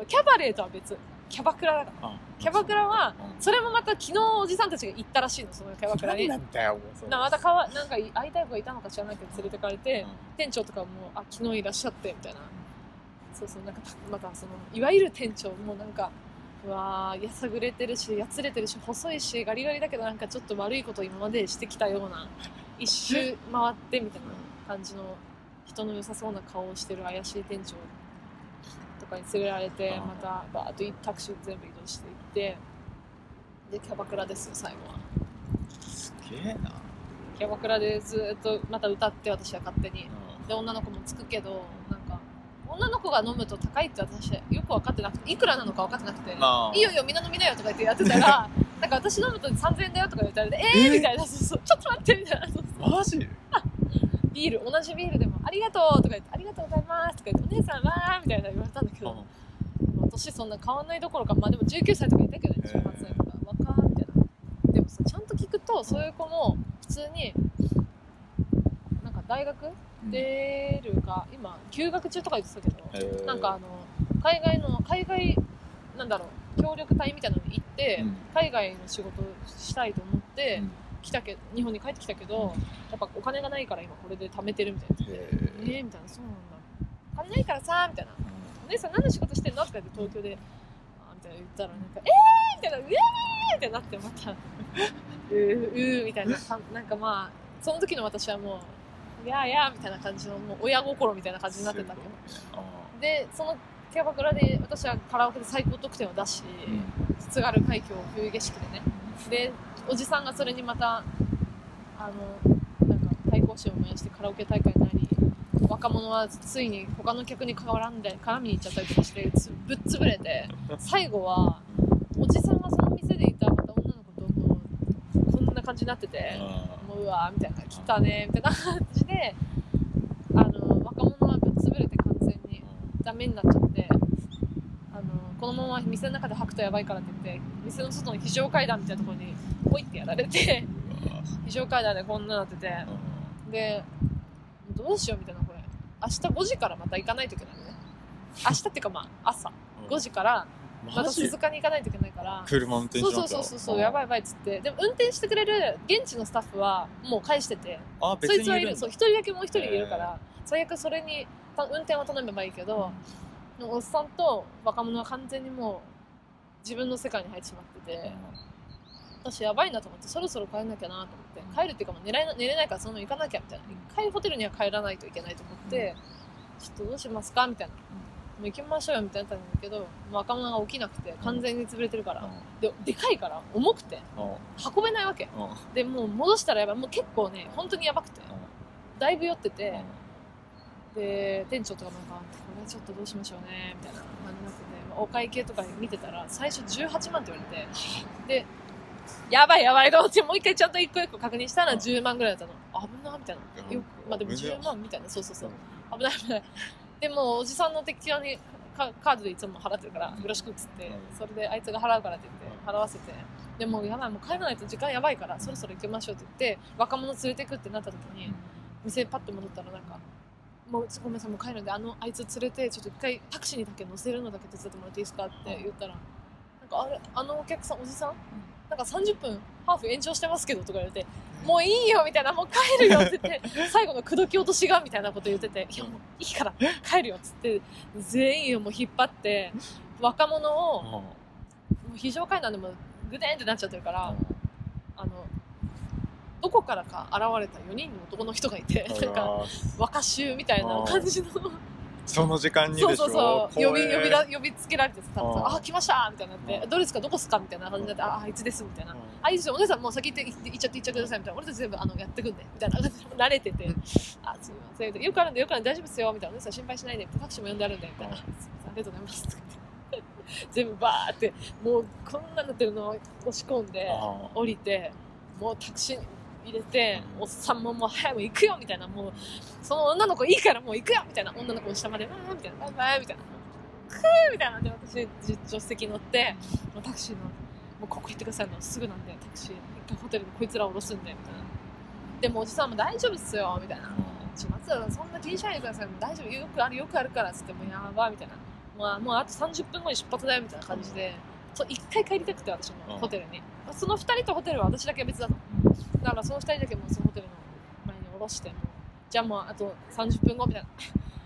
キャバレーとは別。キャバクラだから。キャバクラは、それもまた昨日おじさんたちが行ったらしいの、そのキャバクラに。 なんだよ、もうそれ。 またなんか会いたい子がいたのか知らないけど連れてかれて、店長とかも、昨日いらっしゃって、みたいな。そうそう、なんか、またその、いわゆる店長もなんか、うわー、やさぐれてるし、やつれてるし、細いし、ガリガリだけどなんかちょっと悪いことを今までしてきたような、一周回ってみたいな感じの、人の良さそうな顔をしてる怪しい店長とかに連れられて、またバーッとタクシー全部移動していって、で、キャバクラですよ、最後は。 すげえな。 キャバクラでずっとまた歌って、私は勝手に。で、女の子もつくけど、なんか、女の子が飲むと高いって私よく分かってなくて、いくらなのか分かってなくて、いいよいいよみんな飲みなよとか言ってやってたら、なんか私飲むと3000円だよとか言ったら、みたいな、そうちょっと待ってみたいな。 マジ？ ビール、同じビールでもありがとうとか言って、ありがとうございますとか言って、お姉さんはみたいな言われたんだけど、年そんな変わんないどころか、まあでも19歳とかいたけどね、18歳とか、若ーみたいな。でもさ、ちゃんと聞くと、そういう子も普通に、なんか大学出るか、今、休学中とか言ってたけど、なんか海外、なんだろう、協力隊みたいなのに行って、海外の仕事したいと思って、来たけど、日本に帰ってきたけど、やっぱお金がないから今これで貯めてるみたいな。みたいな、そうなんだ。お金ないからさ、みたいな。お姉さん何の仕事してんのとか言って東京で、みたいな言ったら、なんか、みたいな、みたいになって、また、みたいな、なんかまあ、その時の私はもう、いやみたいな感じの、もう親心みたいな感じになってたわけど。で、そのキャバクラで私はカラオケで最高得点を出し、津軽海峡冬景色でね。で、おじさんがそれにまた、なんか対抗心を燃やしてカラオケ大会になり、若者はついに他の客に絡みに行っちゃったりとかしてぶっ潰れて、最後はおじさんがその店でいたまた女の子ともうこんな感じになってて、もううわーみたいな、来たねみたいな感じで、若者はぶっ潰れて完全にダメになっちゃって、このまま店の中で吐くとやばいからって言って、店の外の非常階段みたいなところにポイってやられて、非常階段でこんななってて、で、どうしようみたいな、これ明日5時からまた行かないといけないのね。明日っていうかまあ朝5時からまた鈴鹿に行かないといけないから、 車運転しなきゃ。 そうやばいっつって、でも運転してくれる現地のスタッフはもう返してて、そいつはいる、そう一人だけもう一人いるから、最悪それに運転は頼めばいいけど、おっさんと若者は完全にもう自分の世界に入ってしまってて、私やばいなと思って、そろそろ帰んなきゃなと思って、帰るっていうかもう寝れないからそのまま行かなきゃみたいな、一回ホテルには帰らないといけないと思って、ちょっとどうしますかみたいな、もう行きましょうよみたいなったんだけど、若者が起きなくて完全に潰れてるから、でかいから重くて運べないわけ、でもう戻したらやばい、もう結構ね本当にやばくて、だいぶ酔ってて、で店長とかなんかこれちょっとどうしましょうねみたいな感じになってて、お会計とか見てたら最初18万って言われて、でやばいと思ってもう一回ちゃんと一個一個確認したら10万ぐらいだったの。危なみたいな。まあでも10万みたいな。そう。危ない。でもおじさんの適当にカードでいつも払ってるからよろしくっつって、それであいつが払うからって言って払わせて、でもやばい、もう帰らないと時間やばいからそろそろ行きましょうって言って若者連れてくってなった時に、店パッと戻ったらなんか、もうごめんなさいもう帰るんであいつ連れてちょっと一回タクシーにだけ乗せるのだけ手伝ってもらっていいですかって言ったら、なんかお客さんおじさんなんか30分ハーフ延長してますけどとか言われて、もういいよみたいな、もう帰るよって言って最後の口説き落としがみたいなこと言ってて、いやもういいから帰るよっつって全員をもう引っ張って若者をもう非常階段でもグデーンってなっちゃってるから、どこからか現れた4人の男の人がいて、なんか若衆みたいな感じのその時間にでしょ。 そう呼びつけられてさ、来ましたみたいになって、どれですかどこっすかみたいな感じになって、あいつですみたいな、いいですよお姉さんもう先行っちゃってくださいみたいな、俺たち全部やってくんでみたいな感じで慣れてて、すいませんよくあるんで大丈夫ですよみたいな、お姉さん心配しないでタクシーも呼んであるんでみたいな、すいませんありがとうございますって全部バーってもうこんなになってるのを押し込んで降りて、もうタクシーに入れて、おっさんももう早く行くよみたいな、もうその女の子いいからもう行くよみたいな、女の子の下までわーみたいな、バイバイみたいな、クーみたいなで、私助手席乗ってもうタクシーのもうここ行ってくださいのすぐなんで、タクシー一回ホテルでこいつら降ろすんでみたいな、でもおじさんも大丈夫っすよみたいな、松田さんそんな気にしないでください、もう大丈夫、よくあるからっつって、もうやばいみたいな、 まあ、もうあと30分後に出発だよみたいな感じで、一回帰りたくて私もホテルに、その2人とホテルは私だけ別だと、だからその2人だけもうそのホテルの前に降ろして、もうじゃあもうあと30分後みたいな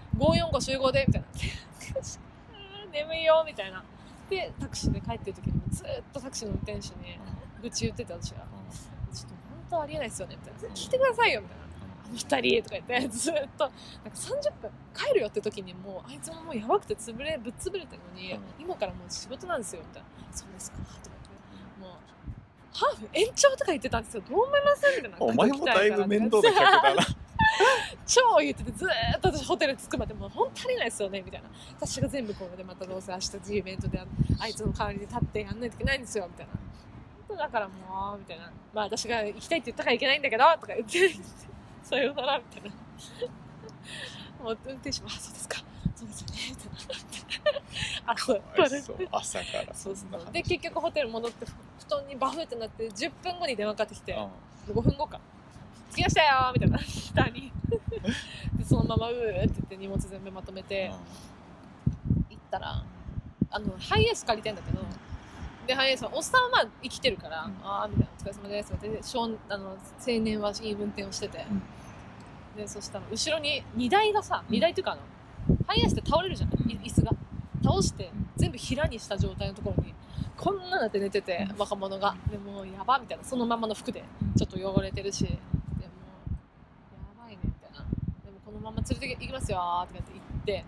545集合でみたいな眠いよみたいなでタクシーで帰ってる時にずっとタクシーの運転手に愚痴言ってて、私がちょっと本当ありえないですよねみたいな、聞いてくださいよみたいな、あの2人とか言ってずっとなんか30分帰るよって時にもうあいつももうやばくてぶっ潰れてるのに、今からもう仕事なんですよみたいな、そうですかとか言って、もうハーフ延長とか言ってたんですよ、どう思いますみたいな、 お前もだいぶ面倒な客だな超言ってて、ずーっと私ホテル着くまでもう本当足りないですよねみたいな、私が全部これでまたどうせ明日イベントであいつの代わりに立ってやんないといけないんですよみたいな、本当だからもうみたいな、まあ私が行きたいって言ったから行けないんだけどとか言ってさようならみたいなもう運転手もそうですかそうですよねみたいな朝からそうで結局ホテル戻って布団にバフってなって10分後に電話かかってきて、5分後か着きましたよみたいな下にでそのままうーって言って荷物全部まとめて行ったら、ハイエース借りたいんだけど、でハイエースはおっさんはまあ生きてるから、ああみたいな、お疲れ様ですって青年はいい運転をしてて、でそしたら後ろに荷台がさ、荷台っていうかハイエースって倒れるじゃん、椅子が倒して全部平にした状態のところにこんななって寝てて、若者がでもうやばみたいな、そのままの服でちょっと汚れてるし、でもやばいねみたいな、でもこのまま連れて行きますよーって言って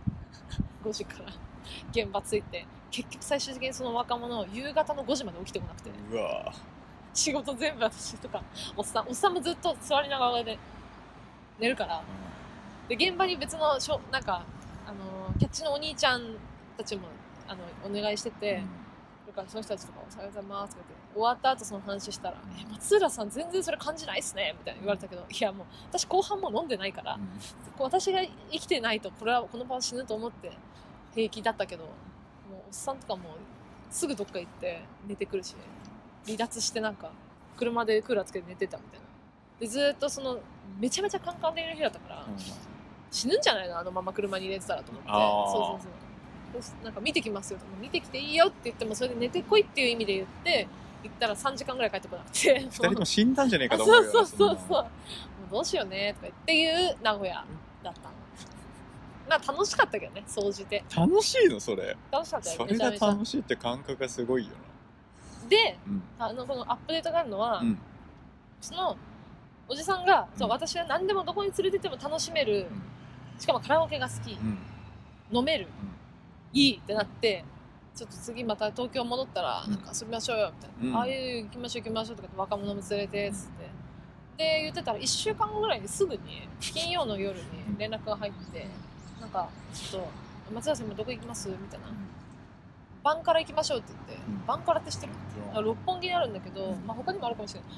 5時から現場着いて、結局最終的にその若者夕方の5時まで起きてこなくて、 うわ仕事全部私とかおっさんもずっと座りながらで寝るから、で現場に別のなんかキャッチのお兄ちゃんたちもお願いしてて、だからその人たちとかおはようございますって言って終わった後その話したら、松浦さん全然それ感じないっすねみたいな言われたけど、いやもう私後半も飲んでないから、私が生きてないとこの場は死ぬと思って平気だったけど、もうおっさんとかもすぐどっか行って寝てくるし、離脱してなんか車でクーラーつけて寝てたみたいなで、ずっとそのめちゃめちゃカンカンでいる日だったから、死ぬんじゃないのあのまま車に入れてたらと思って、そうなんか見てきますよと、見てきていいよって言ってもそれで寝てこいっていう意味で言って行ったら3時間ぐらい帰ってこなくて、 2人とも死んだんじゃねえかと思うよそうもうどうしようねとかっていう名古屋だったの。まあ楽しかったけどね、総じて楽しいのそれ、 楽しかったよ、 それが楽しいって感覚がすごいよな。 で、このアップデートがあるのは、そのおじさんが、私は何でもどこに連れてっても楽しめる、しかもカラオケが好き、飲める、いいってなって、ちょっと次また東京戻ったらなんか遊びましょうよみたいな、ああいう行きましょうとかって若者も連れてっつって、で言ってたら1週間後ぐらいにすぐに金曜の夜に連絡が入って、なんかちょっと松田さんもどこ行きますみたいな、バンカラ行きましょうって言って、バンカラって知ってる？六本木にあるんだけど、他にもあるかもしれない、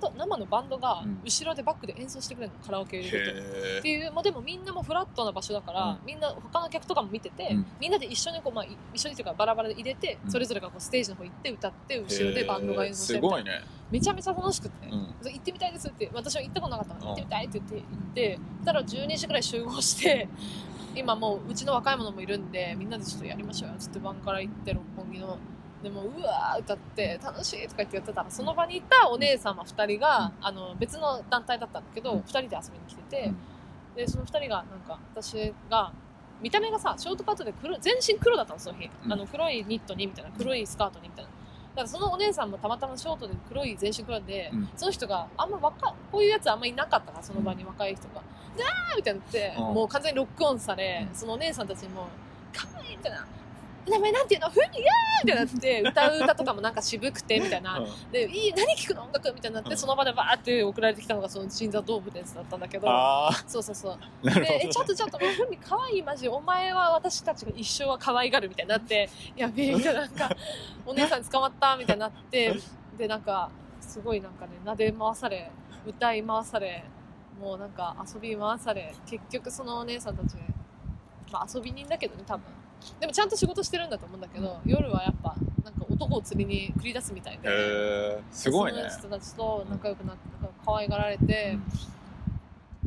生のバンドが後ろでバックで演奏してくれるの、カラオケ入れるとっていう、でもみんなもフラットな場所だから、みんな他の客とかも見てて、みんなで一緒に一緒にというかバラバラで入れて、それぞれがステージの方行って歌って、後ろでバンドが演奏してるみたいな、めちゃめちゃ楽しくて、行ってみたいですって、私は行ったことなかったので行ってみたいって言って行って、たら12時くらい集合して今もううちの若い者もいるんでみんなでちょっとやりましょうよってバンから行って、六本木のでもうわー歌って楽しいとか言ってやってたら、その場にいたお姉様2人が、別の団体だったんだけど、2人で遊びに来てて、でその2人がなんか私が見た目がさショートカットで全身黒だったのその日、黒いニットにみたいな、黒いスカートにみたいな、だからそのお姉さんもたまたまショートで黒い全身黒で、その人があんまこういうやつあんまいなかったから、その場に若い人がでみたいになって、もう完全にロックオンされ、そのお姉さんたちにもかわいいみたいな、名前なんていうの、ふみやーみたいになって歌う歌とかもなんか渋くてみたいな、で何聴くの音楽みたいになって、その場でバーって送られてきたのがその鎮座ドームのやつだったんだけど、そうでちょっともうふみかわいい、マジお前は私たちが一生は可愛がるみたいになって、やべえみたいな、なんかお姉さんに捕まったみたいになって、でなんかすごいなんかね撫で回され、歌い回され、もうなんか遊び回され、結局そのお姉さんたち、遊び人だけどね多分、でもちゃんと仕事してるんだと思うんだけど、夜はやっぱなんか男を釣りに繰り出すみたいで、 すごいね。 その人たちと仲良くなって、可愛がられて、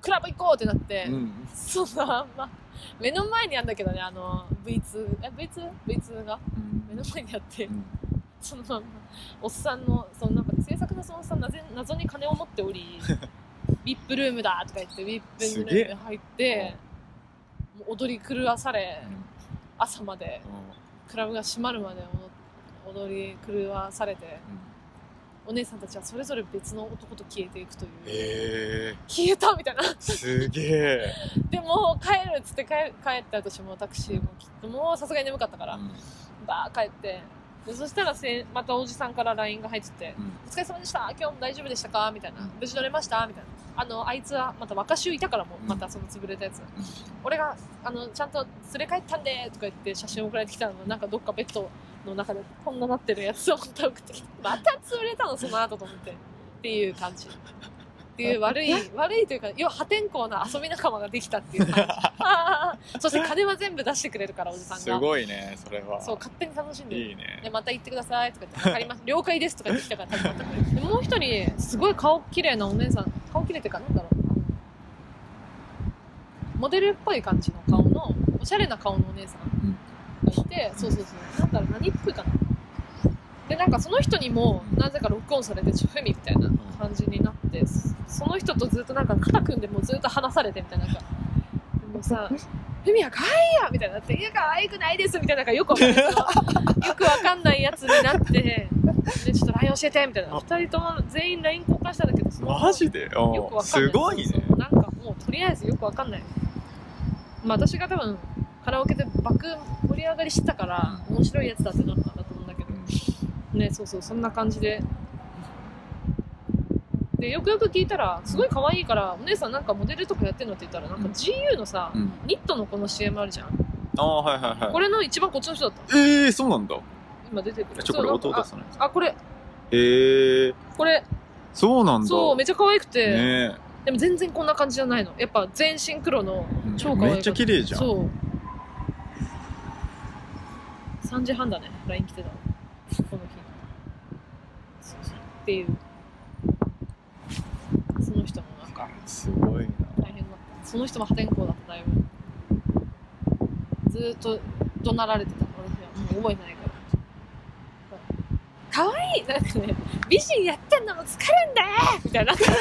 クラブ行こうってなって、そんな、目の前にあんだけどね、V2 が目の前にあって、そのまんまおっさんのそのなんか制作のそのおっさん謎に金を持っておりVIP ルームだとか言ってVIP ルームに入ってもう踊り狂わされ、朝までクラブが閉まるまで踊り狂わされて、お姉さんたちはそれぞれ別の男と消えていくという、消えたみたいなすげえでも帰るっつって帰った私もタクシーもきっともうさすがに眠かったから、バー帰ってでそしたらまたおじさんから LINE が入ってて、お疲れ様でした、今日も大丈夫でしたかみたいな、無事乗れましたみたいな、あいつはまた若衆いたからもまたその潰れたやつ、俺がちゃんと連れ帰ったんでとか言って写真送られてきたのがなんかどっかベッドの中でこんななってるやつをまた送ってきて、また潰れたのその後と思ってっていう感じっていう悪いというか要は破天荒な遊び仲間ができたっていう感じそして金は全部出してくれるからおじさんがすごいねそれは。 そう勝手に楽しんでる。 いいね。 でまた行ってくださいとか言って分かります了解ですとか言ってきたから始まったでもう一人すごい顔綺麗なお姉さん、顔綺麗っていうかなんだろうモデルっぽい感じの顔のおしゃれな顔のお姉さんがいて、そうなんだろう何っぽいかな。でなんかその人にもなぜかロックオンされてフミみたいな感じになって、その人とずっとなんか肩組んでもうずっと話されてみたいな、なんかでもさフミは可愛いよみたいになって、いや可愛くないですみたいな、なんかよくわかんないやつになってでちょっと LINE 教えてみたいな、2人とも全員 LINE 交換したんだけどマジでよくわかんない。すごいね。 そうなんかもうとりあえずよくわかんない、私が多分カラオケで爆盛り上がりしてたから面白いやつだってなったんだと思うんだけどね、そんな感じでよくよく聞いたらすごい可愛いから、お姉さんなんかモデルとかやってんのって言ったらなんか GU のさ、ニットのこの CM あるじゃん。これの一番こっちの人だった。 そうなんだ。 今出てくる。 これ音出さない。 これこれそうなんだ。 そうめっちゃ可愛くて、 ね、 でも全然こんな感じじゃないの。やっぱ全身黒の超可愛い。 めっちゃ綺麗じゃん。 そう3時半だね LINE 来てたのこの日。っていうその人もなんかすごいな、 大変だった。その人も破天荒だっただいぶ。ずーっと怒鳴られてた。私はもう覚えてないから。可愛いなんかね、美人やってんのも疲れんだよみたいな感じ。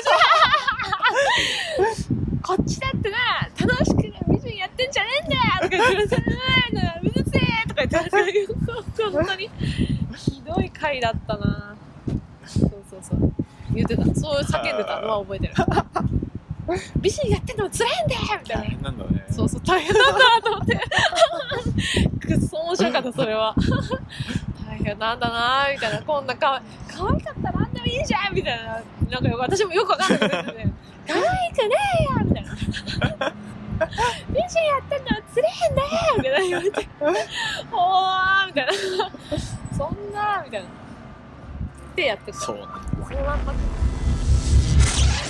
こっちだってな楽しく美人やってんじゃねえんだよとか言って、うるせえとか言って本当にひどい回だったな。そう言ってた。そう叫んでたのは覚えてる。美人やってんのも辛いんだよみたいな。 大変なんだね。 そう大変なんだと思って。くっそ面白かったそれは。大変なんだなみたいな。こんな可愛かったらなんでもいいじゃんみたいな。なんか私もよくわかんないけどね。可愛くねえよみたいな。美人やってんのは辛いんだよみたいな言われて。おーみたいな。そんなみたいな。ってやってた。 そうなんだ。 そのまんま